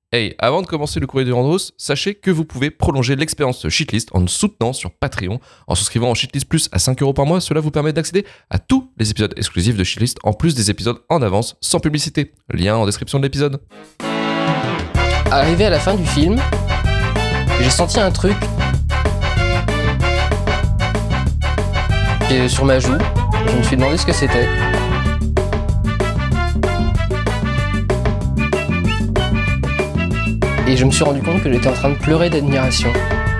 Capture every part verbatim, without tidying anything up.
Hey, avant de commencer le courrier de Randos, sachez que vous pouvez prolonger l'expérience Shitlist en nous soutenant sur Patreon. En souscrivant en Shitlist Plus à cinq euros par mois, cela vous permet d'accéder à tous les épisodes exclusifs de Shitlist, en plus des épisodes en avance, sans publicité. Lien en description de l'épisode. Arrivé à la fin du film, j'ai senti un truc et sur ma joue. Je me suis demandé ce que c'était. Et je me suis rendu compte que j'étais en train de pleurer d'admiration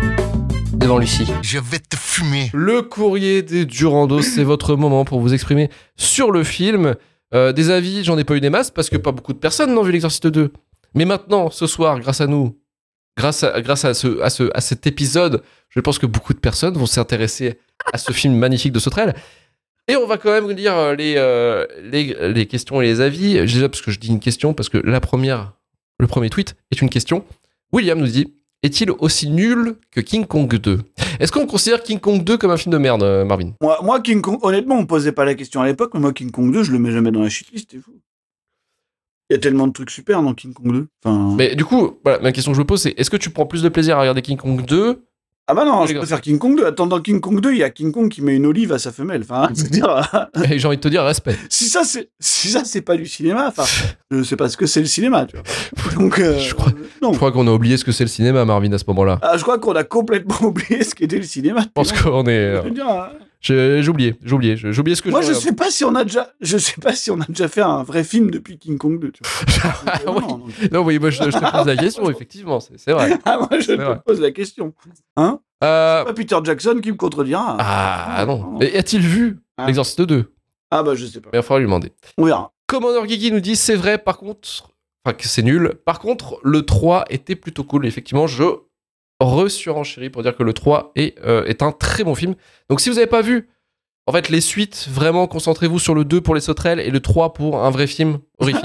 devant Lucie. Je vais te fumer. Le courrier des Durandos, c'est votre moment pour vous exprimer sur le film. Euh, des avis, j'en ai pas eu des masses parce que pas beaucoup de personnes n'ont vu l'Exorciste deux. Mais maintenant, ce soir, grâce à nous, grâce à, grâce à, ce, à, ce, à cet épisode, je pense que beaucoup de personnes vont s'intéresser à ce film magnifique de Sauterelle. Et on va quand même lire les, euh, les, les questions et les avis. Déjà, parce que je dis une question, parce que la première, le premier tweet est une question. William nous dit: est-il aussi nul que King Kong deux? Est-ce qu'on considère King Kong deux comme un film de merde, Marvin? Moi, moi, King Kong, honnêtement, on me posait pas la question à l'époque, mais moi, King Kong deux, je le mets jamais dans la shitlist, c'est fou. Il y a tellement de trucs super dans King Kong deux. Enfin... Mais du coup, voilà, ma question que je me pose, c'est: est-ce que tu prends plus de plaisir à regarder King Kong deux? Ah bah non, je préfère King Kong deux. Attends, dans King Kong deux, il y a King Kong qui met une olive à sa femelle. Enfin, je veux dire... Et j'ai envie de te dire respect. Si ça, c'est, si ça, c'est pas du cinéma, enfin, je sais pas ce que c'est le cinéma, tu vois. Donc, euh, je crois, non. je crois qu'on a oublié ce que c'est le cinéma, Marvin, à ce moment-là. Ah, je crois qu'on a complètement oublié ce qu'était le cinéma. Je pense qu'on est... Je veux dire, hein. J'ai, j'ai oublié, j'ai oublié, j'ai oublié ce que Moi, je... je sais pas si on a déjà, je sais pas si on a déjà fait un vrai film depuis King Kong deux, tu vois. Ah, Donc, euh, oui. non, donc... non, oui, moi, je, je te pose la question, effectivement, c'est, c'est vrai. Ah, moi, je C'est te vrai. pose la question. Hein? Euh... C'est pas Peter Jackson qui me contredira. Ah, non. Et a-t-il vu Ah. l'Exorciste deux? Ah, bah, je sais pas. Il va falloir lui demander. On verra. Commander Guigui nous dit: c'est vrai, par contre... Enfin, que c'est nul. Par contre, le trois était plutôt cool. Effectivement, je re-surenchéris pour dire que le trois est, euh, est un très bon film. Donc, si vous n'avez pas vu... En fait, les suites, vraiment, concentrez-vous sur le deux pour les sauterelles et le trois pour un vrai film horrifique.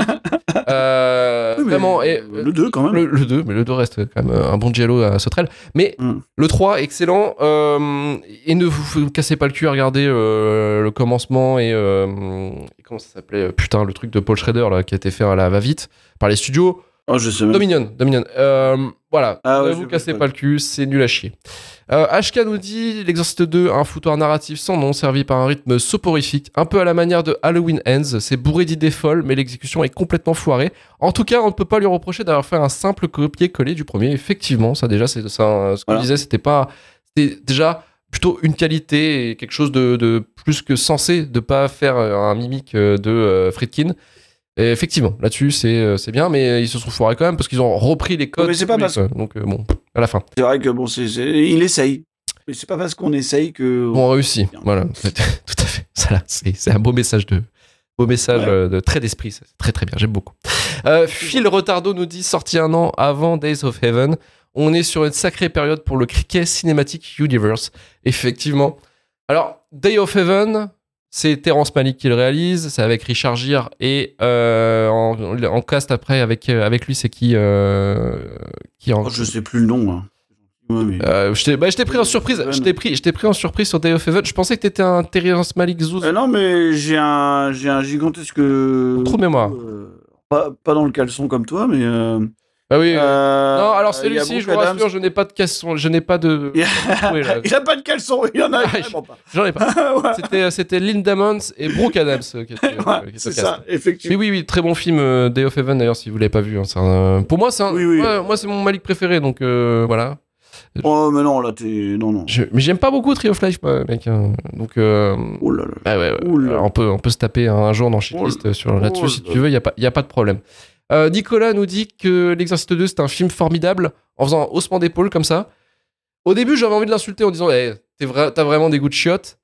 euh, Oui, mais vraiment. Et, le deux, quand même. Le, le deux, mais le deux reste quand même un bon giallo à sauterelle. Mais Mm. le trois, excellent. Euh, et ne vous, vous cassez pas le cul à regarder euh, le commencement et, euh, et... Comment ça s'appelait? Putain, le truc de Paul Schrader, là, qui a été fait à la va-vite par les studios. Oh, je sais même. Dominion, Dominion. Euh, voilà, Ah ne ouais, vous je- cassez ouais. pas le cul, c'est nul à chier. Euh, H K nous dit: l'Exorciste deux, un foutoir narratif sans nom, servi par un rythme soporifique, un peu à la manière de Halloween Ends. C'est bourré d'idées folles, mais l'exécution est complètement foirée. En tout cas, on ne peut pas lui reprocher d'avoir fait un simple copier-coller du premier. Effectivement, ça déjà, c'est ça. Ce qu'on Voilà. disait, c'était pas, c'était déjà plutôt une qualité et quelque chose de, de plus que sensé de pas faire un mimique de euh, Friedkin. Et effectivement, là-dessus, c'est, euh, c'est bien, mais ils se sont foirés quand même parce qu'ils ont repris les codes. Mais c'est pas parce- quoi. Donc, euh, bon, à la fin. C'est vrai que bon, c'est, c'est... il essaye. Mais c'est pas parce qu'on essaye que. On réussit. Voilà, tout à fait. Ça, là, c'est, c'est un beau message de, beau message Ouais. euh, de trait d'esprit. C'est très très bien. J'aime beaucoup. Euh, Phil Retardo nous dit: sorti un an avant Days of Heaven. On est sur une sacrée période pour le Cricket Cinematic Universe. Effectivement. Alors, Day of Heaven, c'est Terrence Malick qui le réalise. C'est avec Richard Gere et euh, en, en cast après avec avec lui, c'est qui euh, qui en Oh, je sais plus le nom. Hein. Ouais, mais... Euh, je t'ai, bah, je t'ai pris en surprise. Je t'ai pris, je t'ai pris en surprise sur Day of Heaven. Je pensais que t'étais un Terrence Malick Zouz. Euh, non, mais j'ai un, j'ai un gigantesque. Trou de mémoire. Euh, pas, pas dans le caleçon comme toi, mais. Euh, Bah oui. euh, non, alors il y a celui-ci, je Brooke vous Adams. rassure, je n'ai pas de caleçon, je n'ai pas de. Il y a... Oui, là. il a pas de caleçon, il y en a Ah, vraiment pas. J'en ai pas. Ouais, C'était, c'était Linda Mons et Brooke Adams euh, qui étaient, euh, ouais, qui étaient c'est au cast. ça, Mais effectivement. oui, oui, très bon film, euh, Day of Heaven d'ailleurs, si vous l'avez pas vu. Hein, c'est un- Pour moi, c'est un... Oui, oui. ouais, moi, c'est mon Malik préféré, donc euh, voilà. Oh, mais non, là, t'es. Non, non. Je- Mais j'aime pas beaucoup Tree of Life, moi, mec. hein. Donc, euh... Oh là là. ah ouais, ouais. Ouh là. Alors, on peut, on peut se taper un, un jour dans Shitlist Oh sur là-dessus oh si là. tu veux. Il y a pas, il y a pas de problème. Euh, Nicolas nous dit que l'Exorciste deux c'est un film formidable en faisant un haussement d'épaule comme ça. Au début, j'avais envie de l'insulter en disant hey, t'es vra- t'as vraiment des goûts de chiottes.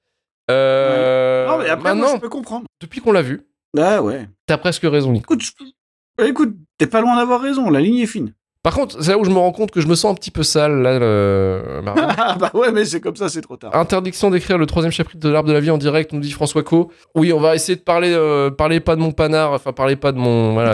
Euh, Non, mais après, moi, maintenant, je peux comprendre. depuis qu'on l'a vu, Ah ouais. t'as presque raison, Nico. Écoute, je peux- Bah, écoute, t'es pas loin d'avoir raison, la ligne est fine. Par contre, c'est là où je me rends compte que je me sens un petit peu sale là. Le... Marvin. Ah bah ouais, mais c'est comme ça, c'est trop tard. Interdiction d'écrire le troisième chapitre de l'Arbre de la Vie en direct, nous dit François Co. Oui, on va essayer de parler, euh, parler pas de mon panard, enfin parler pas de mon, voilà,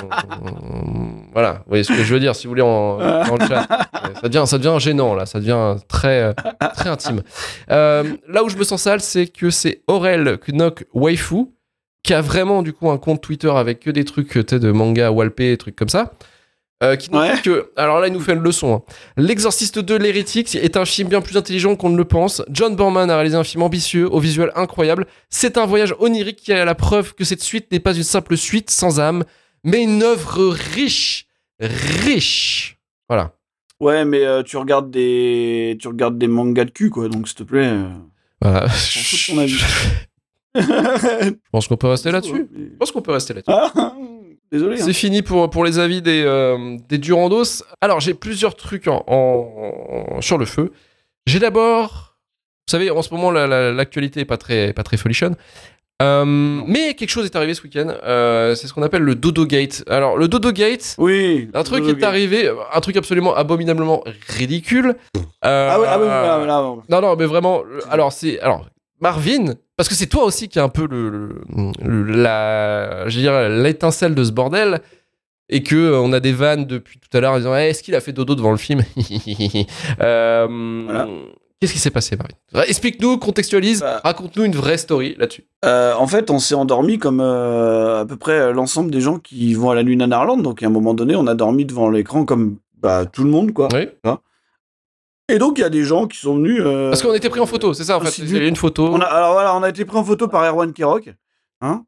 mon- voilà. Vous voyez ce que je veux dire, si vous voulez en, dans le chat. Ça devient, ça devient gênant là, ça devient très, euh, très intime. Euh, là où je me sens sale, c'est que c'est Aurel Knock Waifu qui a vraiment du coup un compte Twitter avec que des trucs, tu sais, de manga, walpé, des trucs comme ça. Euh, qui nous Ouais. dit que, alors là, il nous fait une leçon. Hein. L'Exorciste deux, l'hérétique, est un film bien plus intelligent qu'on ne le pense. John Borman a réalisé un film ambitieux, au visuel incroyable. C'est un voyage onirique qui a la preuve que cette suite n'est pas une simple suite sans âme, mais une œuvre riche, riche. Voilà. Ouais, mais euh, tu regardes des, tu regardes des mangas de cul, quoi. Donc s'il te plaît. euh, Voilà. T'en fous de ton avis. Je pense qu'on peut rester là-dessus. Je pense qu'on peut rester là-dessus. Ah, désolé. Hein. C'est fini pour, pour les avis des, euh, des Durandos. Alors, j'ai plusieurs trucs en, en- en- sur le feu. J'ai d'abord... Vous savez, en ce moment, la- la- l'actualité est pas très, pas très folichonne. Euh, mais quelque chose est arrivé ce week-end. Euh, c'est ce qu'on appelle le Dodo Gate. Alors, le Dodo Gate, Oui. un truc Dodo est Gate. arrivé, un truc absolument abominablement ridicule. Euh, Ah ouais, ah ouais, voilà, voilà. Non, non, mais vraiment. le- Alors, c'est. Alors, Marvin, parce que c'est toi aussi qui est un peu le, le- le- la, je veux dire, l'étincelle de ce bordel, et que euh, on a des vannes depuis tout à l'heure en disant, Eh, est-ce qu'il a fait dodo devant le film Euh, Voilà. Qu'est-ce qui s'est passé, Marvin? Explique-nous, contextualise, Bah. raconte-nous une vraie story là-dessus. Euh, en fait, on s'est endormi comme euh, à peu près euh, l'ensemble des gens qui vont à la nuit Nanarland. Donc, à un moment donné, on a dormi devant l'écran comme bah, tout le monde, quoi. Oui. Et donc, il y a des gens qui sont venus. euh, Parce qu'on était pris en photo, c'est ça en fait. aussi Il y a une photo. On a, alors voilà, on a été pris en photo par Erwan Kirok, hein.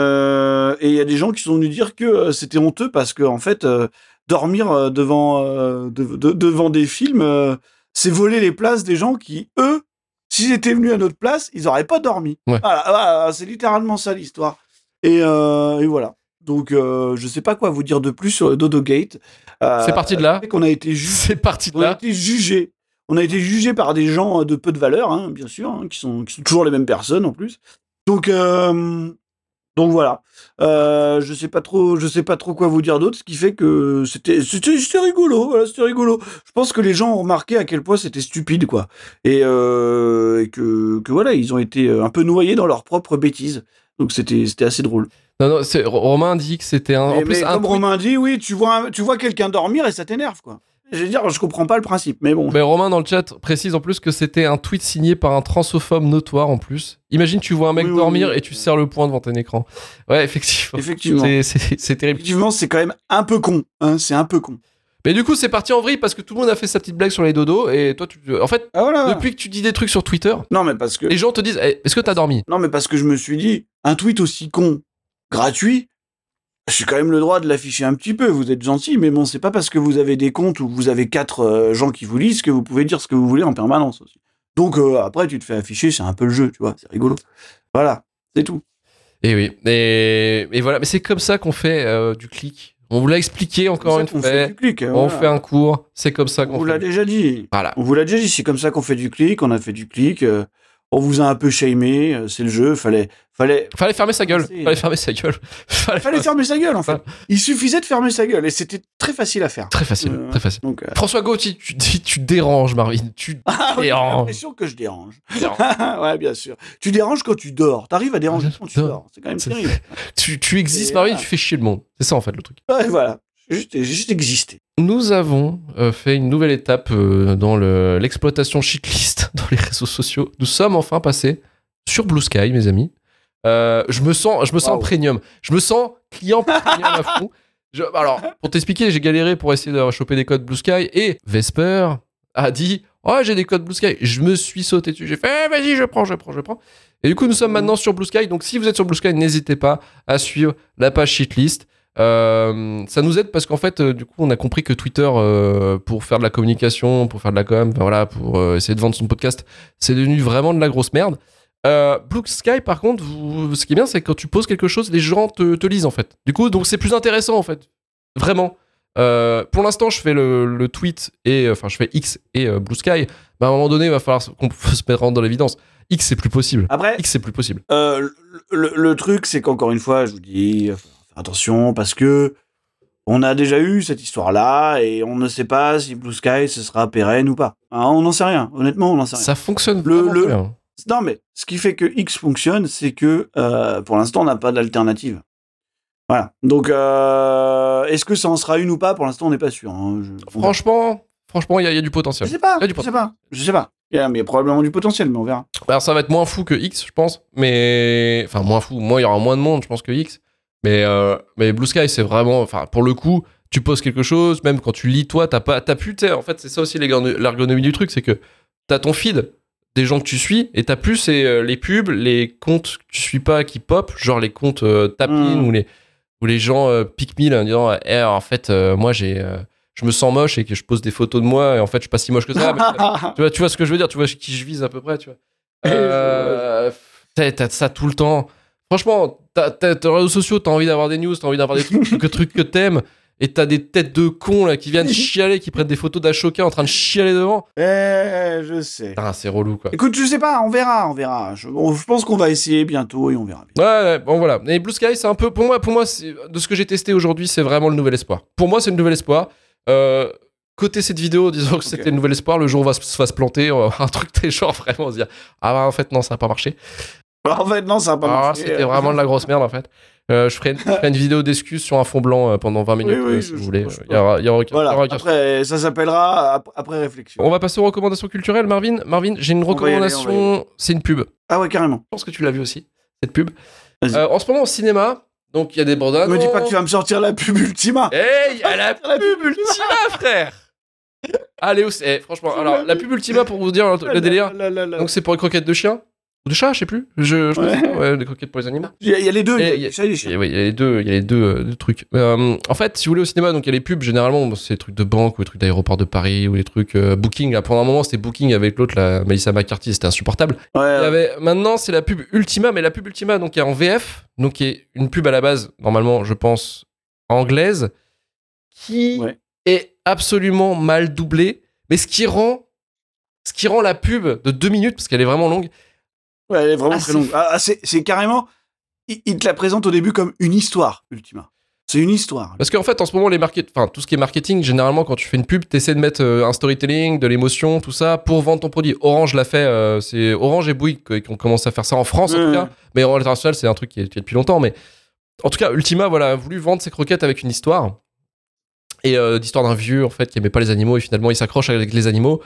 Euh, et il y a des gens qui sont venus dire que euh, c'était honteux parce que en fait, euh, dormir euh, devant euh, de- de- devant des films, euh, c'est voler les places des gens qui, eux, s'ils étaient venus à notre place, ils auraient pas dormi. Ouais. Voilà, voilà, c'est littéralement ça l'histoire. Et, euh, et voilà. Donc, euh, je sais pas quoi vous dire de plus sur le Dodo Gate. Euh, C'est parti de là. qu'on a été ju- C'est parti de on a là. été jugé. On a été jugé par des gens euh, de peu de valeur, hein, bien sûr, hein, qui sont, qui sont toujours les mêmes personnes en plus. Donc, euh, donc voilà. Euh, je sais pas trop, je sais pas trop quoi vous dire d'autre. Ce qui fait que c'était, c'était, c'était rigolo. Voilà, c'était rigolo. Je pense que les gens ont remarqué à quel point c'était stupide, quoi. Et, euh, et que, que voilà, ils ont été un peu noyés dans leurs propres bêtises. Donc c'était, c'était assez drôle. Non, non, c'est- Romain dit que c'était un. Mais, En plus, mais un comme tweet- Romain dit, oui, tu vois, un- tu vois quelqu'un dormir et ça t'énerve, quoi. Je veux dire, je comprends pas le principe, mais bon. Mais Romain dans le chat précise en plus que c'était un tweet signé par un transophobe notoire en plus. Imagine tu vois un mec Oui, oui, dormir oui. et tu serres le poing devant ton écran. Ouais, effectivement. Effectivement. C'est, c'est, c'est terrible. Effectivement, c'est quand même un peu con. Hein, c'est un peu con. Mais du coup, c'est parti en vrille parce que tout le monde a fait sa petite blague sur les dodos et toi, tu. En fait, Ah voilà. depuis que tu dis des trucs sur Twitter, Non, mais parce que. les gens te disent Eh, est-ce que t'as dormi? Non, mais parce que je me suis dit, un tweet aussi con, gratuit, j'ai quand même le droit de l'afficher un petit peu. Vous êtes gentil, mais bon, c'est pas parce que vous avez des comptes ou vous avez quatre euh, gens qui vous lisent que vous pouvez dire ce que vous voulez en permanence aussi. Donc euh, après, tu te fais afficher, c'est un peu le jeu, tu vois, c'est rigolo. Voilà, c'est tout. Et oui. Et, et voilà. Mais c'est comme ça qu'on fait euh, du clic. On vous l'a expliqué encore une on fois. fait du clic. hein, On voilà. fait un cours. C'est comme ça On qu'on vous fait. l'a déjà dit. Voilà. On vous l'a déjà dit, c'est comme ça qu'on fait du clic, on a fait du clic. euh, on vous a un peu shamé, euh, c'est le jeu, fallait, fallait, Fallait fermer sa gueule. C'est- Fallait fermer sa gueule. Fallait fallait fermer sa gueule en fait. Ça. Il suffisait de fermer sa guelle et c'était très facile à faire. Très facile. Euh, Très facile. Donc, euh, François Gauthier, tu dis tu déranges, Marvin. Tu ah oui, j'ai déranges. l'impression que je dérange. déranges. Ouais, bien sûr. Tu déranges quand tu dors. T'arrives à déranger quand tu Dors. dors. C'est quand même C'est- terrible. tu, tu existes, Et Marvin, voilà. tu fais chier le monde. C'est ça en fait le truc. Ouais, voilà. J'ai juste, j'ai juste existé. Nous avons euh, fait une nouvelle étape euh, dans le- l'exploitation shitlist dans les réseaux sociaux. Nous sommes enfin passés sur Blue Sky, mes amis. Euh, je me sens, je me sens Wow. premium. Je me sens client premium à fond. Je- alors, pour t'expliquer, j'ai galéré pour essayer de choper des codes Blue Sky et Vesper a dit oh, j'ai des codes Blue Sky. Je me suis sauté dessus. J'ai fait eh, vas-y, je prends, je prends, je prends. Et du coup, nous sommes maintenant sur Blue Sky. Donc, si vous êtes sur Blue Sky, n'hésitez pas à suivre la page shitlist. Euh, ça nous aide parce qu'en fait, euh, du coup, on a compris que Twitter, euh, pour faire de la communication, pour faire de la com, ben voilà, pour euh, essayer de vendre son podcast, c'est devenu vraiment de la grosse merde. Euh, Blue Sky, par contre, vous- ce qui est bien, c'est que quand tu poses quelque chose, les gens te, te lisent en fait. Du coup, donc c'est plus intéressant en fait, vraiment. Euh, pour l'instant, je fais le, le tweet et enfin, je fais X et euh, Blue Sky. Ben, à un moment donné, il va falloir qu'on se mettre dans l'évidence. X, c'est plus possible. Après, X, c'est plus possible. euh, le, le- le truc, c'est qu'encore une fois, je vous dis, faut faire attention parce que on a déjà eu cette histoire-là et on ne sait pas si Blue Sky ce sera pérenne ou pas. Hein, on n'en sait rien. Honnêtement, on n'en sait rien. Ça fonctionne Le- vraiment le- bien. Non, mais ce qui fait que X fonctionne, c'est que euh, pour l'instant, on n'a pas d'alternative. Voilà. Donc, euh, est-ce que ça en sera une ou pas? Pour l'instant, on n'est pas sûr. hein. Je- Franchement, franchement, il y, a- il y a du je potentiel. sais pas. Il y a du Je sais pas. Je sais pas. Il y a, mais il y a probablement du potentiel, mais on verra. Alors ça va être moins fou que X, je pense, mais enfin moins fou. Moi, il y aura moins de monde, je pense que X. Mais euh, mais Blue Sky, c'est vraiment, enfin pour le coup, tu poses quelque chose, même quand tu lis, toi, t'as pas, t'as plus, t'sais, en fait, c'est ça aussi l'ergono- l'ergonomie du truc, c'est que t'as ton feed des gens que tu suis, et t'as plus c'est, euh, les pubs, les comptes que tu suis pas qui pop, genre les comptes euh, Tapin Mm. ou les, ou les gens euh, pick me là, en disant, eh, en fait, euh, moi, j'ai, euh, je me sens moche et que je pose des photos de moi, et en fait, je suis pas si moche que ça. mais, tu, vois, tu vois ce que je veux dire, tu vois qui je vise à peu près, tu vois. Euh, t'as, t'as ça tout le temps. Franchement, t'as, t'as, t'as les réseaux sociaux, t'as envie d'avoir des news, t'as envie d'avoir des trucs, que, trucs que t'aimes, et t'as des têtes de cons là qui viennent chialer, qui prennent des photos d'Ashoka en train de chialer devant. Eh, je sais. Putain, c'est relou quoi. Écoute, je sais pas, on verra, on verra. Je, on- je pense qu'on va essayer bientôt et on verra. Ouais, ouais, bon voilà. Et Blue Sky, c'est un peu, pour moi, pour moi c'est- de ce que j'ai testé aujourd'hui, c'est vraiment le nouvel espoir. Pour moi, c'est le nouvel espoir. Euh, côté cette vidéo, disons que c'était Ok. le nouvel espoir, le jour où on va se, se va se planter, on va avoir un truc des genre vraiment se dire, ah bah en fait non, ça n'a pas marché. En fait, non, ça va pas Ah, marcher. c'était vraiment de la grosse merde en fait. Euh, je, ferai une, je ferai une vidéo d'excuses sur un fond blanc euh, pendant vingt minutes Oui, oui, euh, si je- vous je- voulez. je- Il y aura, il y aura aucun- il y Voilà, aura aucun- après, ça s'appellera ap- après réflexion. On va passer aux recommandations culturelles, Marvin. Marvin, j'ai une On va y aller, on va y recommandation, c'est une pub. Je Ah ouais, carrément. pense que tu l'as vu aussi, cette pub. Vas-y. Euh, en ce moment au cinéma, donc il y a des bandes Ne me dis pas que tu vas me sortir la pub Ultima. Hey, il y a la La pub pub Ultima, frère. Allez, au- eh, franchement, alors la pub Ultima pour vous dire le, le délire. Là, là, là. Donc c'est pour les croquettes de chien ou de chat, je sais plus. Je, je crois Ouais. que c'est ça, ouais, des croquettes pour les animaux. Il y, a- il y a les deux, il y a, Et il y a il ça et les Et chiens. oui, il y a les deux, il y a les deux, euh, deux trucs. Euh, en fait, si vous voulez au cinéma, donc il y a les pubs généralement, bon, c'est des trucs de banque ou des trucs d'aéroport de Paris ou les trucs euh, Booking. Là, pendant un moment, c'était Booking avec l'autre, la Melissa McCarthy, c'était insupportable. Ouais, Il y ouais. avait, maintenant, c'est la pub Ultima, mais la pub Ultima, donc, qui est en V F, donc, qui est une pub à la base, normalement, je pense, anglaise, qui Ouais. est absolument mal doublée, mais ce qui rend, ce qui rend la pub de deux minutes, parce qu'elle est vraiment longue, Ouais, elle est vraiment Ah, très c'est longue. fou. Ah, ah, c'est c'est carrément. Il, il te la présente au début comme une histoire, Ultima. C'est une histoire. parce qu'en fait, en ce moment, les market... enfin, tout ce qui est marketing, généralement, quand tu fais une pub, t'essaies de mettre euh, un storytelling, de l'émotion, tout ça, pour vendre ton produit. Orange l'a fait, euh, c'est Orange et Bouygues qui ont commencé à faire ça en France, en Ouais. tout cas. Mais en international, c'est un truc qui est, qui est depuis longtemps. Mais en tout cas, Ultima, voilà, a voulu vendre ses croquettes avec une histoire. Et euh, l'histoire d'un vieux, en fait, qui aimait pas les animaux, et finalement, il s'accroche avec les animaux.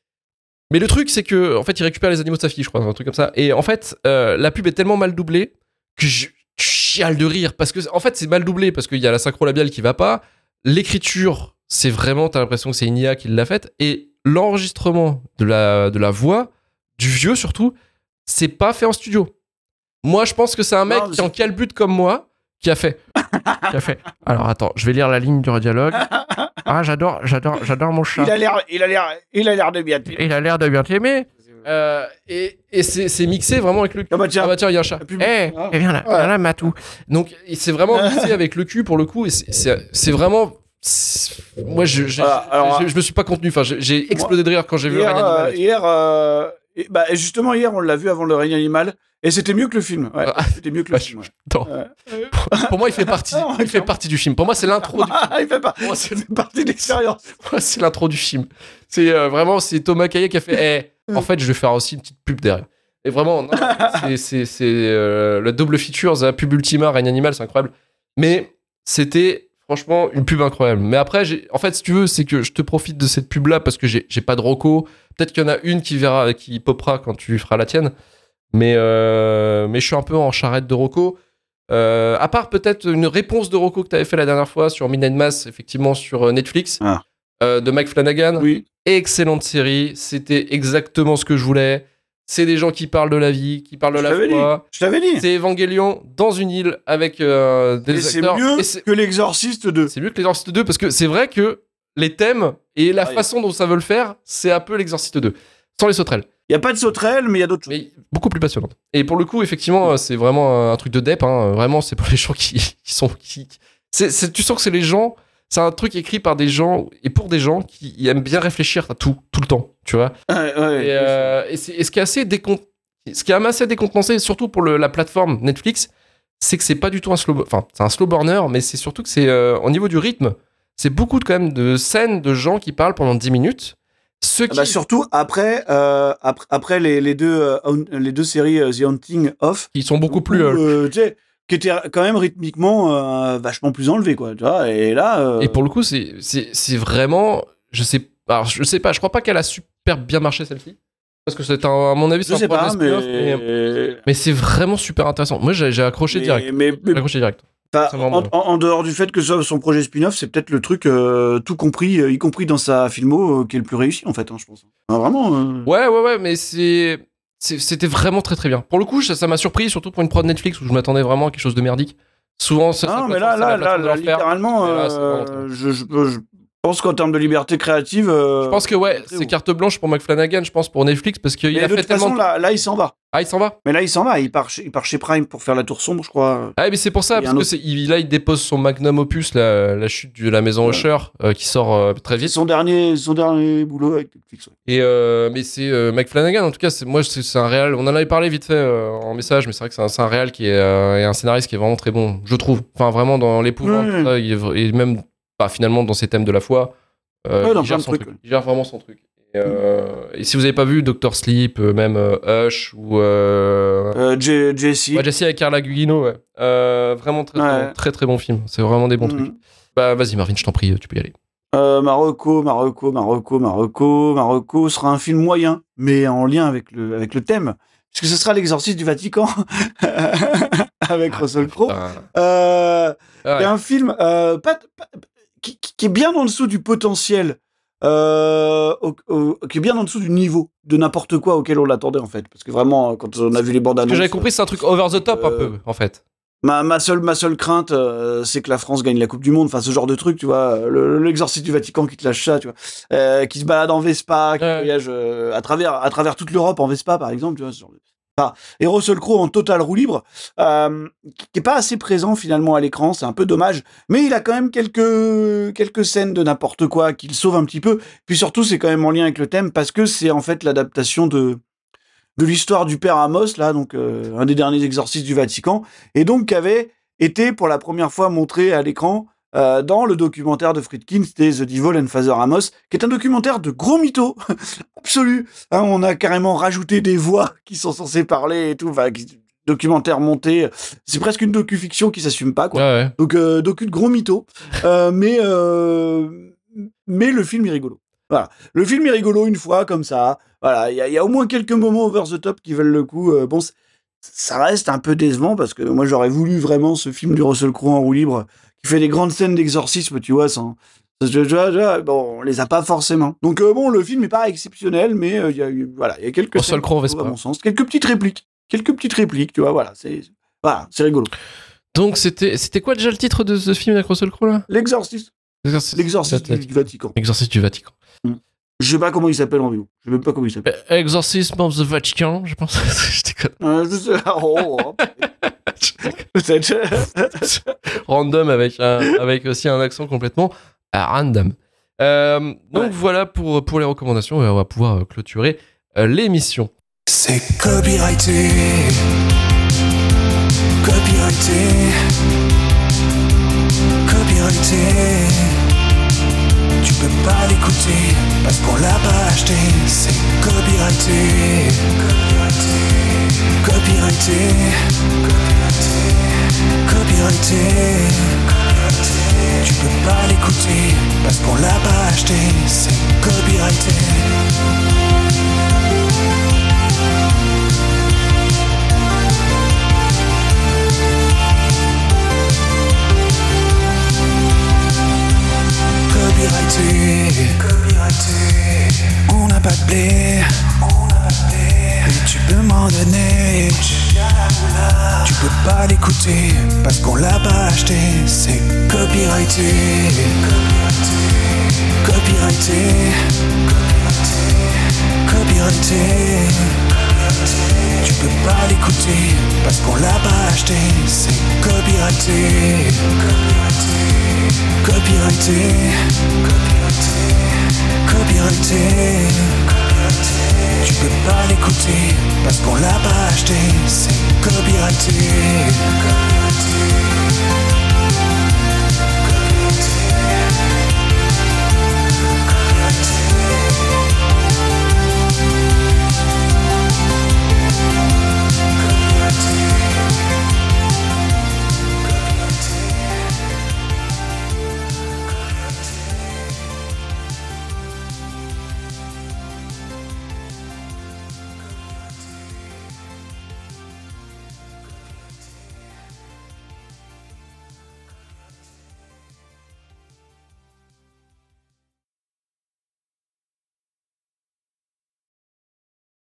Mais le truc, c'est que, en fait, il récupère les animaux de sa fille, je crois, un truc comme ça. Et en fait, euh, la pub est tellement mal doublée que je je chiale de rire. Parce que, en fait, c'est mal doublé parce qu'il y a la synchro labiale qui va pas. L'écriture, c'est vraiment, t'as l'impression que c'est une I A qui l'a faite. Et l'enregistrement de la, de la voix, du vieux surtout, c'est pas fait en studio. Moi, je pense que c'est un mec Non, qui est en c'est- calbute comme moi qui a fait. qui a fait. Alors attends, je vais lire la ligne du dialogue. Ah, j'adore, j'adore, j'adore mon chat. Il a l'air, il a l'air, il a l'air de bien. Il a l'air de bien t'aimer. Euh, et et c'est, c'est mixé vraiment avec le cul. Ah bah tiens. Ah bah tiens, il y a un chat. La pub- Eh, Ah. eh, viens là, Ouais. viens là, Matou. Donc et c'est vraiment mixé avec le cul pour le coup. Et c'est, c'est, c'est vraiment. c'est- Moi, je, j'ai- Voilà, alors, je, je me suis pas contenu. Enfin, j'ai, j'ai explosé de rire quand j'ai vu le Hier, règne euh, animal. hier euh, et- bah, et justement, hier, on l'a vu avant le règne animal. Et c'était mieux que le film. Ouais, Ah. c'était mieux que le Bah, film. Ouais. Attends. Ouais. Pour moi, il fait partie. Ah, Il fait partie du film. Pour moi, c'est l'intro du. Ah, il fait pas. Pour moi, c'est, C'est partie de l'expérience. pour moi, c'est l'intro du film. C'est euh, vraiment, c'est Thomas Caillet qui a fait. Eh, en fait, je vais faire aussi une petite pub derrière. Et vraiment, non, c'est, c'est, c'est euh, la double feature, la pub Ultima, règne animal, c'est incroyable. Mais c'était franchement une pub incroyable. Mais après, j'ai... en fait, si tu veux, c'est que je te profite de cette pub-là parce que j'ai, j'ai pas de reco. Peut-être qu'il y en a une qui verra, qui popera quand tu feras la tienne. Mais, euh, mais je suis un peu en charrette de reco. Euh, à part peut-être une réponse de reco que tu avais fait la dernière fois sur Midnight Mass, effectivement sur euh, Netflix, Ah. euh, de Mike Flanagan. Oui. Excellente série. C'était exactement ce que je voulais. C'est des gens qui parlent de la vie, qui parlent de Je la t'avais dit. foi. Je t'avais dit. C'est Evangelion dans une île avec euh, des Et c'est acteurs. mieux Et c'est, que l'Exorciste deux. c'est mieux que l'Exorciste deux parce que c'est vrai que les thèmes et la Ah, oui. façon dont ça veut le faire, c'est un peu l'Exorciste deux. Sans les sauterelles. Il y a pas de sauterelles, mais il y a d'autres choses. Mais beaucoup plus passionnante. Et pour le coup, effectivement, euh, c'est vraiment un truc de dep. Hein. Vraiment, c'est pour les gens qui, qui sont. Qui... C'est, c'est, tu sens que c'est les gens. C'est un truc écrit par des gens et pour des gens qui aiment bien réfléchir à tout, tout le temps, tu vois. Ouais, ouais. Et, euh, et, c'est, et ce qui est assez décon... ce qui est assez décontenancé, surtout pour le, la plateforme Netflix, c'est que c'est pas du tout un slow, enfin, c'est un slow burner, mais c'est surtout que c'est euh, au niveau du rythme, c'est beaucoup de, quand même de scènes de gens qui parlent pendant dix minutes. Ce Ah qui bah, surtout après, euh, après, après les, les, deux, euh, on- les deux séries euh, The Haunting Off, qui sont beaucoup où, plus. euh, euh, tu sais, qui étaient quand même rythmiquement euh, vachement plus enlevés, quoi. Tu vois, et là. euh, Et pour le coup, c'est, c'est, c'est vraiment. Je sais, alors, je sais pas, je crois pas qu'elle a super bien marché celle-ci. Parce que c'est un, à mon avis, c'est je un sais projet pas, spin-off, mais. mais, mais c'est vraiment super intéressant. Moi, j'ai, j'ai accroché mais, direct. mais, J'ai mais, accroché direct. Enfin, C'est vraiment en, bien. en- en dehors du fait que ce soit son projet spin-off, c'est peut-être le truc euh, tout compris, euh, y compris dans sa filmo, euh, qui est le plus réussi en fait, hein, je pense. Ah, vraiment. euh, Ouais, ouais, ouais, mais c'est. c'est- C'était vraiment très très bien. Pour le coup, ça ça m'a surpris, surtout pour une prod Netflix où je m'attendais vraiment à quelque chose de merdique. Souvent, ça, Ah, ça non, peut mais être- là, c'est là, la là, plateforme de là, leur faire. littéralement, mais là, c'est vraiment très euh, bien. je, je, je pense qu'en termes de liberté créative, euh, Je pense que ouais, très c'est haut. carte blanche pour McFlanagan, je pense, pour Netflix, parce qu'il Mais a de fait toute façon, tellement. là, là, il s'en va. Ah, il s'en va. Mais là, il s'en va. Il part, chez, il part chez Prime pour faire la tour sombre, je crois. Ah, mais c'est pour ça, Il y a parce un que autre- c'est, il, là, il dépose son magnum opus, la, la chute de la maison Ouais. Usher, euh, qui sort euh, très C'est vite. son dernier, son dernier boulot avec Netflix. ouais. Et euh, mais c'est euh, Mike Flanagan, en tout cas, c'est, moi, c'est, c'est un réal. On en avait parlé vite fait euh, en message, mais c'est vrai que c'est un, c'est un réal qui est euh, et un scénariste qui est vraiment très bon, je trouve. Enfin, vraiment dans l'épouvante, Ouais. tout ça, il est vra- et même bah, finalement dans ses thèmes de la foi, euh, Ouais, dans il gère plein de son trucs, truc. ouais. Il gère vraiment son truc. Et, euh, et si vous avez pas vu Doctor Sleep, euh, même euh, Hush ou euh, Euh, J- Jesse. ouais, Jessie avec Carla Gugino, ouais. Euh, vraiment très, très, Ouais. bon, très très bon film. C'est vraiment des bons Mhm. trucs. Bah vas-y Marvin, je t'en prie, tu peux y aller. Euh, Marocco, Marocco, Marocco, Marocco, Marocco sera un film moyen, mais en lien avec le, avec le thème. Puisque ce sera l'exorcisme du Vatican avec Russell Crowe. Putain. Euh, Ah ouais. C'est un film euh, pas, pas- qui, qui est bien en dessous du potentiel, euh, au- au- qui est bien en dessous du niveau de n'importe quoi auquel on l'attendait en fait. Parce que vraiment, quand on a vu les bandes Ce que annonces, j'avais compris, c'est un truc over the top un Euh, peu, en fait. ma, ma seule, ma seule crainte, euh, c'est que la France gagne la Coupe du Monde. Enfin, ce genre de truc, tu vois. Le- L'exorcisme du Vatican qui te lâche ça, tu vois. Euh, qui se balade en Vespa, qui Ouais. voyage euh, à travers, à travers toute l'Europe en Vespa, par exemple, tu vois. Ce genre de... Enfin, et Russell Crowe en total roue libre, euh, qui est pas assez présent finalement à l'écran, c'est un peu dommage. Mais il a quand même quelques, quelques scènes de n'importe quoi qui le sauvent un petit peu. Puis surtout, c'est quand même en lien avec le thème parce que c'est en fait l'adaptation de de l'histoire du père Amos, là, donc euh, un des derniers exorcistes du Vatican, et donc qui avait été pour la première fois montré à l'écran euh, dans le documentaire de Friedkin, c'était The Devil and Father Amos, qui est un documentaire de gros mytho, absolu. Hein, on a carrément rajouté des voix qui sont censées parler et tout, enfin, qui- documentaire monté, c'est presque une docu-fiction qui s'assume pas, quoi. Ouais, ouais. Donc, euh, docu de gros mytho. Euh, mais, euh, mais le film est rigolo. Voilà. Le film est rigolo une fois, comme ça. Voilà. Il y, a- il y a au moins quelques moments over the top qui valent le coup. Euh, bon, c- ça reste un peu décevant parce que moi, j'aurais voulu vraiment ce film du Russell Crowe en roue libre qui fait des grandes scènes d'exorcisme, tu vois, sans. je- je- je- Bon, on les a pas forcément. Donc, euh, bon, le film est pas exceptionnel, mais euh, il y a eu, voilà, il y a quelques Russell scènes, Crowe en à Vespa. mon sens. Quelques petites répliques. Quelques petites répliques, tu vois, voilà. C'est, voilà, c'est rigolo. Donc c'était, c'était quoi déjà le titre de ce film avec Russell Crowe là? L'exorcisme. L'exorcisme, L'exorcisme du, du Vatican. L'exorcisme du Vatican. Je sais pas comment il s'appelle en V O. Je sais même pas comment il s'appelle. Euh, Exorcism of the Vatican, je pense. Je déconne. Euh, je sais- oh, oh. Peut-être. Random avec, un, avec aussi un accent complètement euh, random. Euh, donc Ouais. voilà pour, pour les recommandations et on va pouvoir euh, clôturer euh, l'émission. C'est copyrighté. Copyrighté. Copyrighté. Tu peux pas l'écouter parce qu'on l'a pas acheté. C'est copyrighté. Copyrighté. Copyrighté. Copyrighté. Tu peux pas l'écouter parce qu'on l'a pas acheté. C'est copyrighté. Copyrighté, copyrighté. On n'a pas de blé, on n'a pas de blé. Et tu peux m'en donner. Tu peux pas l'écouter parce qu'on l'a pas acheté. C'est copyrighté, copyrighté, copyrighté, copyrighté. Tu peux pas l'écouter parce qu'on l'a pas acheté. C'est copyrighté, copyrighté, copyrighté, copyrighté. Tu peux pas l'écouter parce qu'on l'a pas acheté. C'est copyrighté.